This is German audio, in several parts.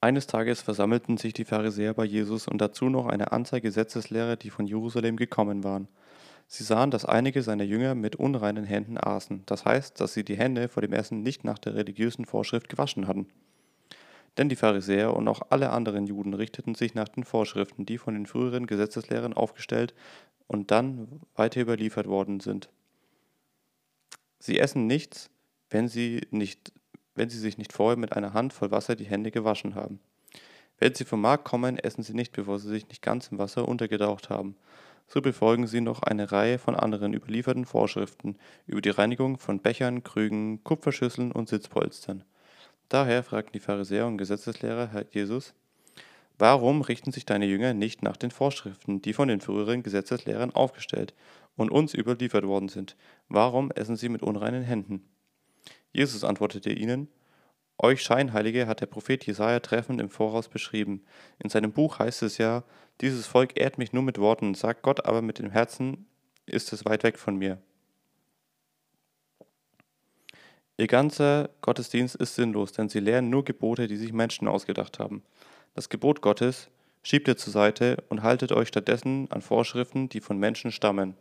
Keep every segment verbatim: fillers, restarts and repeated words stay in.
Eines Tages versammelten sich die Pharisäer bei Jesus und dazu noch eine Anzahl Gesetzeslehrer, die von Jerusalem gekommen waren. Sie sahen, dass einige seiner Jünger mit unreinen Händen aßen, das heißt, dass sie die Hände vor dem Essen nicht nach der religiösen Vorschrift gewaschen hatten. Denn die Pharisäer und auch alle anderen Juden richteten sich nach den Vorschriften, die von den früheren Gesetzeslehrern aufgestellt und dann weiter überliefert worden sind. Sie essen nichts, wenn sie, nicht, wenn sie sich nicht vorher mit einer Hand voll Wasser die Hände gewaschen haben. Wenn sie vom Markt kommen, essen sie nicht, bevor sie sich nicht ganz im Wasser untergetaucht haben. So befolgen sie noch eine Reihe von anderen überlieferten Vorschriften über die Reinigung von Bechern, Krügen, Kupferschüsseln und Sitzpolstern. Daher fragten die Pharisäer und Gesetzeslehrer Herr Jesus: Warum richten sich deine Jünger nicht nach den Vorschriften, die von den früheren Gesetzeslehrern aufgestellt und uns überliefert worden sind? Warum essen sie mit unreinen Händen? Jesus antwortete ihnen: Euch Scheinheilige hat der Prophet Jesaja treffend im Voraus beschrieben. In seinem Buch heißt es ja: Dieses Volk ehrt mich nur mit Worten, sagt Gott aber mit dem Herzen ist es weit weg von mir. Ihr ganzer Gottesdienst ist sinnlos, denn sie lehren nur Gebote, die sich Menschen ausgedacht haben. Das Gebot Gottes schiebt ihr zur Seite und haltet euch stattdessen an Vorschriften, die von Menschen stammen.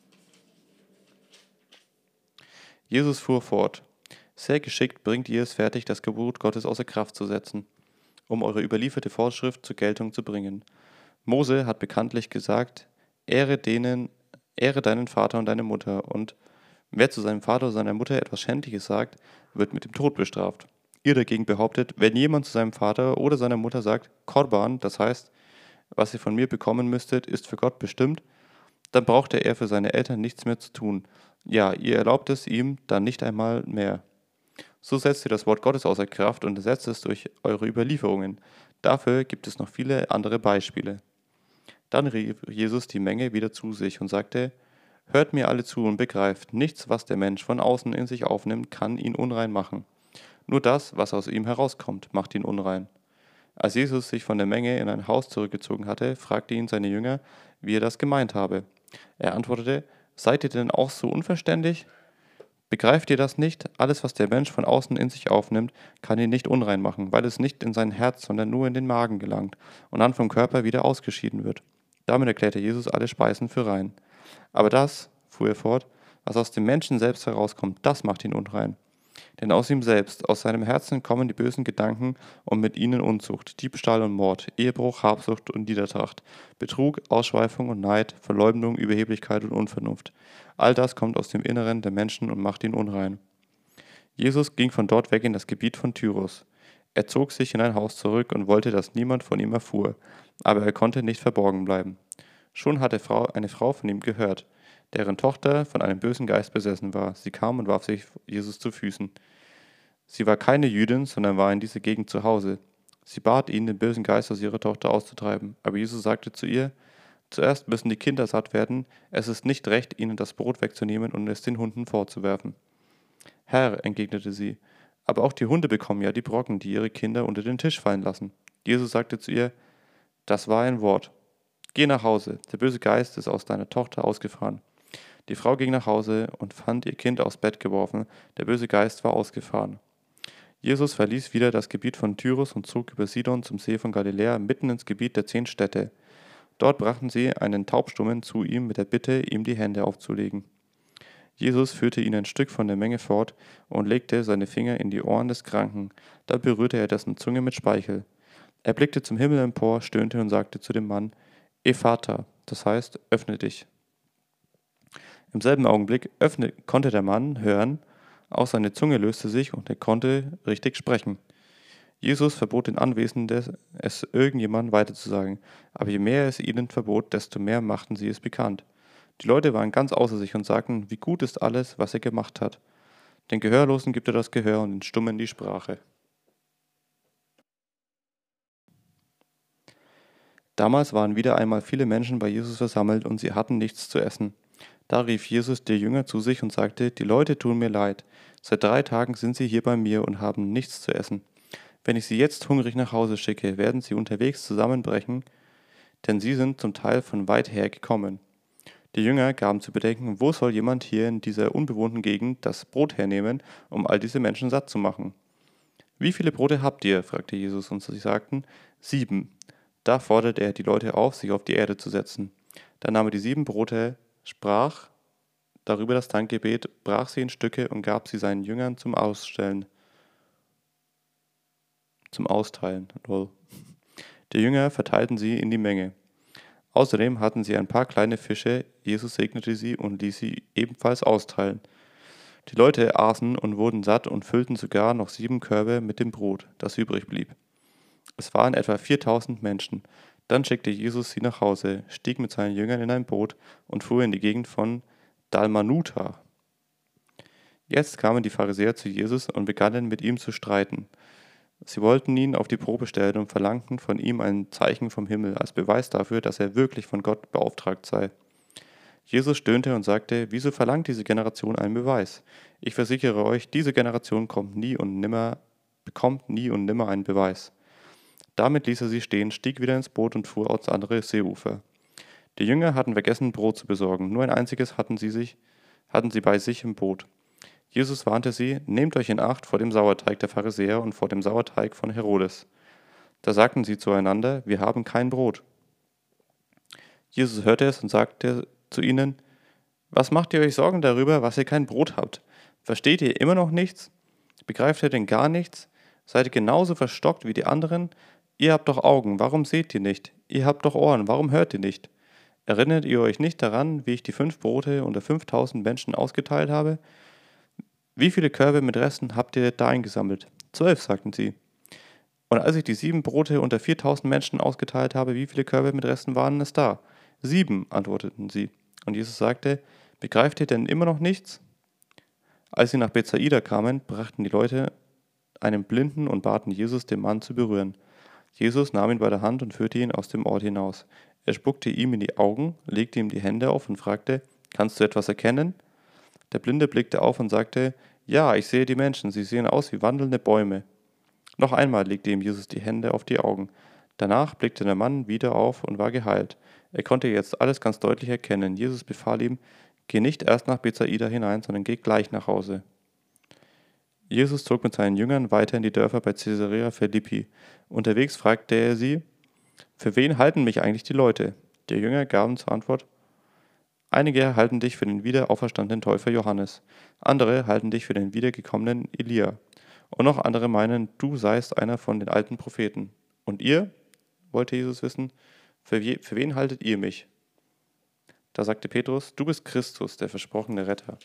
Jesus fuhr fort: Sehr geschickt bringt ihr es fertig, das Gebot Gottes außer Kraft zu setzen, um eure überlieferte Vorschrift zur Geltung zu bringen. Mose hat bekanntlich gesagt: Ehre denen, ehre deinen Vater und deine Mutter, und wer zu seinem Vater oder seiner Mutter etwas Schändliches sagt, wird mit dem Tod bestraft. Ihr dagegen behauptet, wenn jemand zu seinem Vater oder seiner Mutter sagt, Korban, das heißt, was ihr von mir bekommen müsstet, ist für Gott bestimmt, dann brauchte er für seine Eltern nichts mehr zu tun. Ja, ihr erlaubt es ihm dann nicht einmal mehr. So setzt ihr das Wort Gottes außer Kraft und ersetzt es durch eure Überlieferungen. Dafür gibt es noch viele andere Beispiele. Dann rief Jesus die Menge wieder zu sich und sagte: Hört mir alle zu und begreift, nichts, was der Mensch von außen in sich aufnimmt, kann ihn unrein machen. Nur das, was aus ihm herauskommt, macht ihn unrein. Als Jesus sich von der Menge in ein Haus zurückgezogen hatte, fragte ihn seine Jünger, wie er das gemeint habe. Er antwortete: Seid ihr denn auch so unverständig? Begreift ihr das nicht? Alles, was der Mensch von außen in sich aufnimmt, kann ihn nicht unrein machen, weil es nicht in sein Herz, sondern nur in den Magen gelangt und dann vom Körper wieder ausgeschieden wird. Damit erklärte Jesus alle Speisen für rein. Aber das, fuhr er fort, was aus dem Menschen selbst herauskommt, das macht ihn unrein. Denn aus ihm selbst, aus seinem Herzen kommen die bösen Gedanken und mit ihnen Unzucht, Diebstahl und Mord, Ehebruch, Habsucht und Niedertracht, Betrug, Ausschweifung und Neid, Verleumdung, Überheblichkeit und Unvernunft. All das kommt aus dem Inneren der Menschen und macht ihn unrein. Jesus ging von dort weg in das Gebiet von Tyrus. Er zog sich in ein Haus zurück und wollte, dass niemand von ihm erfuhr, aber er konnte nicht verborgen bleiben. Schon hatte Frau, eine Frau von ihm gehört, deren Tochter von einem bösen Geist besessen war. Sie kam und warf sich Jesus zu Füßen. Sie war keine Jüdin, sondern war in dieser Gegend zu Hause. Sie bat ihn, den bösen Geist aus ihrer Tochter auszutreiben. Aber Jesus sagte zu ihr: Zuerst müssen die Kinder satt werden. Es ist nicht recht, ihnen das Brot wegzunehmen und es den Hunden vorzuwerfen. Herr, entgegnete sie, aber auch die Hunde bekommen ja die Brocken, die ihre Kinder unter den Tisch fallen lassen. Jesus sagte zu ihr: Das war ein Wort. Geh nach Hause, der böse Geist ist aus deiner Tochter ausgefahren. Die Frau ging nach Hause und fand ihr Kind aufs Bett geworfen, der böse Geist war ausgefahren. Jesus verließ wieder das Gebiet von Tyrus und zog über Sidon zum See von Galiläa mitten ins Gebiet der zehn Städte. Dort brachten sie einen Taubstummen zu ihm mit der Bitte, ihm die Hände aufzulegen. Jesus führte ihn ein Stück von der Menge fort und legte seine Finger in die Ohren des Kranken, dann berührte er dessen Zunge mit Speichel. Er blickte zum Himmel empor, stöhnte und sagte zu dem Mann: Ephata, das heißt, öffne dich. Im selben Augenblick öffne, konnte der Mann hören, auch seine Zunge löste sich und er konnte richtig sprechen. Jesus verbot den Anwesenden, es irgendjemandem weiterzusagen, aber je mehr er es ihnen verbot, desto mehr machten sie es bekannt. Die Leute waren ganz außer sich und sagten, wie gut ist alles, was er gemacht hat. Den Gehörlosen gibt er das Gehör und den Stummen die Sprache. Damals waren wieder einmal viele Menschen bei Jesus versammelt und sie hatten nichts zu essen. Da rief Jesus die Jünger zu sich und sagte: Die Leute tun mir leid. Seit drei Tagen sind sie hier bei mir und haben nichts zu essen. Wenn ich sie jetzt hungrig nach Hause schicke, werden sie unterwegs zusammenbrechen, denn sie sind zum Teil von weit her gekommen. Die Jünger gaben zu bedenken, wo soll jemand hier in dieser unbewohnten Gegend das Brot hernehmen, um all diese Menschen satt zu machen? Wie viele Brote habt ihr? Fragte Jesus, und sie sagten, sieben. Da forderte er die Leute auf, sich auf die Erde zu setzen. Dann nahm er die sieben Brote, sprach darüber das Dankgebet, brach sie in Stücke und gab sie seinen Jüngern zum Ausstellen, zum Austeilen. Lol. Die Jünger verteilten sie in die Menge. Außerdem hatten sie ein paar kleine Fische, Jesus segnete sie und ließ sie ebenfalls austeilen. Die Leute aßen und wurden satt und füllten sogar noch sieben Körbe mit dem Brot, das übrig blieb. Es waren etwa viertausend Menschen. Dann schickte Jesus sie nach Hause, stieg mit seinen Jüngern in ein Boot und fuhr in die Gegend von Dalmanuta. Jetzt kamen die Pharisäer zu Jesus und begannen mit ihm zu streiten. Sie wollten ihn auf die Probe stellen und verlangten von ihm ein Zeichen vom Himmel als Beweis dafür, dass er wirklich von Gott beauftragt sei. Jesus stöhnte und sagte, wieso verlangt diese Generation einen Beweis? Ich versichere euch, diese Generation kommt nie und nimmer, bekommt nie und nimmer einen Beweis. Damit ließ er sie stehen, stieg wieder ins Boot und fuhr aufs andere Seeufer. Die Jünger hatten vergessen, Brot zu besorgen. Nur ein einziges hatten sie, sich, hatten sie bei sich im Boot. Jesus warnte sie, nehmt euch in Acht vor dem Sauerteig der Pharisäer und vor dem Sauerteig von Herodes. Da sagten sie zueinander, wir haben kein Brot. Jesus hörte es und sagte zu ihnen, was macht ihr euch Sorgen darüber, was ihr kein Brot habt? Versteht ihr immer noch nichts? Begreift ihr denn gar nichts? Seid ihr genauso verstockt wie die anderen? Ihr habt doch Augen, warum seht ihr nicht? Ihr habt doch Ohren, warum hört ihr nicht? Erinnert ihr euch nicht daran, wie ich die fünf Brote unter fünftausend Menschen ausgeteilt habe? Wie viele Körbe mit Resten habt ihr da eingesammelt? Zwölf, sagten sie. Und als ich die sieben Brote unter viertausend Menschen ausgeteilt habe, wie viele Körbe mit Resten waren es da? Sieben, antworteten sie. Und Jesus sagte, begreift ihr denn immer noch nichts? Als sie nach Bethsaida kamen, brachten die Leute einen Blinden und baten Jesus, den Mann zu berühren. Jesus nahm ihn bei der Hand und führte ihn aus dem Ort hinaus. Er spuckte ihm in die Augen, legte ihm die Hände auf und fragte, kannst du etwas erkennen? Der Blinde blickte auf und sagte, ja, ich sehe die Menschen, sie sehen aus wie wandelnde Bäume. Noch einmal legte ihm Jesus die Hände auf die Augen. Danach blickte der Mann wieder auf und war geheilt. Er konnte jetzt alles ganz deutlich erkennen. Jesus befahl ihm, geh nicht erst nach Bethsaida hinein, sondern geh gleich nach Hause. Jesus zog mit seinen Jüngern weiter in die Dörfer bei Caesarea Philippi. Unterwegs fragte er sie, für wen halten mich eigentlich die Leute? Die Jünger gaben zur Antwort, einige halten dich für den wiederauferstandenen Täufer Johannes, andere halten dich für den wiedergekommenen Elia. Und noch andere meinen, du seist einer von den alten Propheten. Und ihr, wollte Jesus wissen, für, je, für wen haltet ihr mich? Da sagte Petrus, du bist Christus, der versprochene Retter.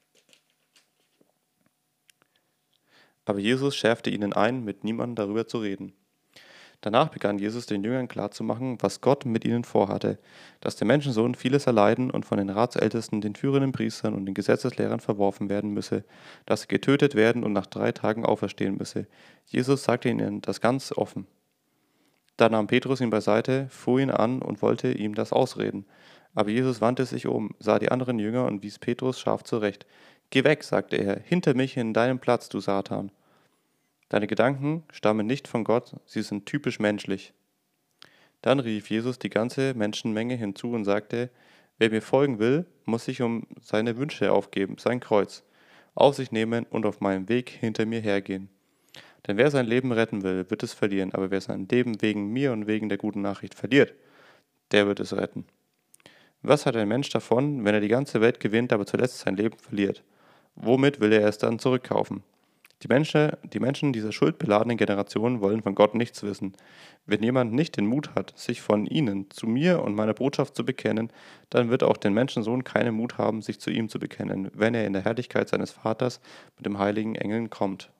Aber Jesus schärfte ihnen ein, mit niemandem darüber zu reden. Danach begann Jesus den Jüngern klarzumachen, was Gott mit ihnen vorhatte, dass der Menschensohn vieles erleiden und von den Ratsältesten, den führenden Priestern und den Gesetzeslehrern verworfen werden müsse, dass er getötet werden und nach drei Tagen auferstehen müsse. Jesus sagte ihnen das ganz offen. Da nahm Petrus ihn beiseite, fuhr ihn an und wollte ihm das ausreden. Aber Jesus wandte sich um, sah die anderen Jünger und wies Petrus scharf zurecht. Geh weg, sagte er, hinter mich in deinen Platz, du Satan. Deine Gedanken stammen nicht von Gott, sie sind typisch menschlich. Dann rief Jesus die ganze Menschenmenge hinzu und sagte, wer mir folgen will, muss sich um seine Wünsche aufgeben, sein Kreuz, auf sich nehmen und auf meinem Weg hinter mir hergehen. Denn wer sein Leben retten will, wird es verlieren, aber wer sein Leben wegen mir und wegen der guten Nachricht verliert, der wird es retten. Was hat ein Mensch davon, wenn er die ganze Welt gewinnt, aber zuletzt sein Leben verliert? Womit will er es dann zurückkaufen? Die Menschen, die Menschen dieser schuldbeladenen Generation wollen von Gott nichts wissen. Wenn jemand nicht den Mut hat, sich von ihnen zu mir und meiner Botschaft zu bekennen, dann wird auch der Menschensohn keinen Mut haben, sich zu ihm zu bekennen, wenn er in der Herrlichkeit seines Vaters mit den heiligen Engeln kommt.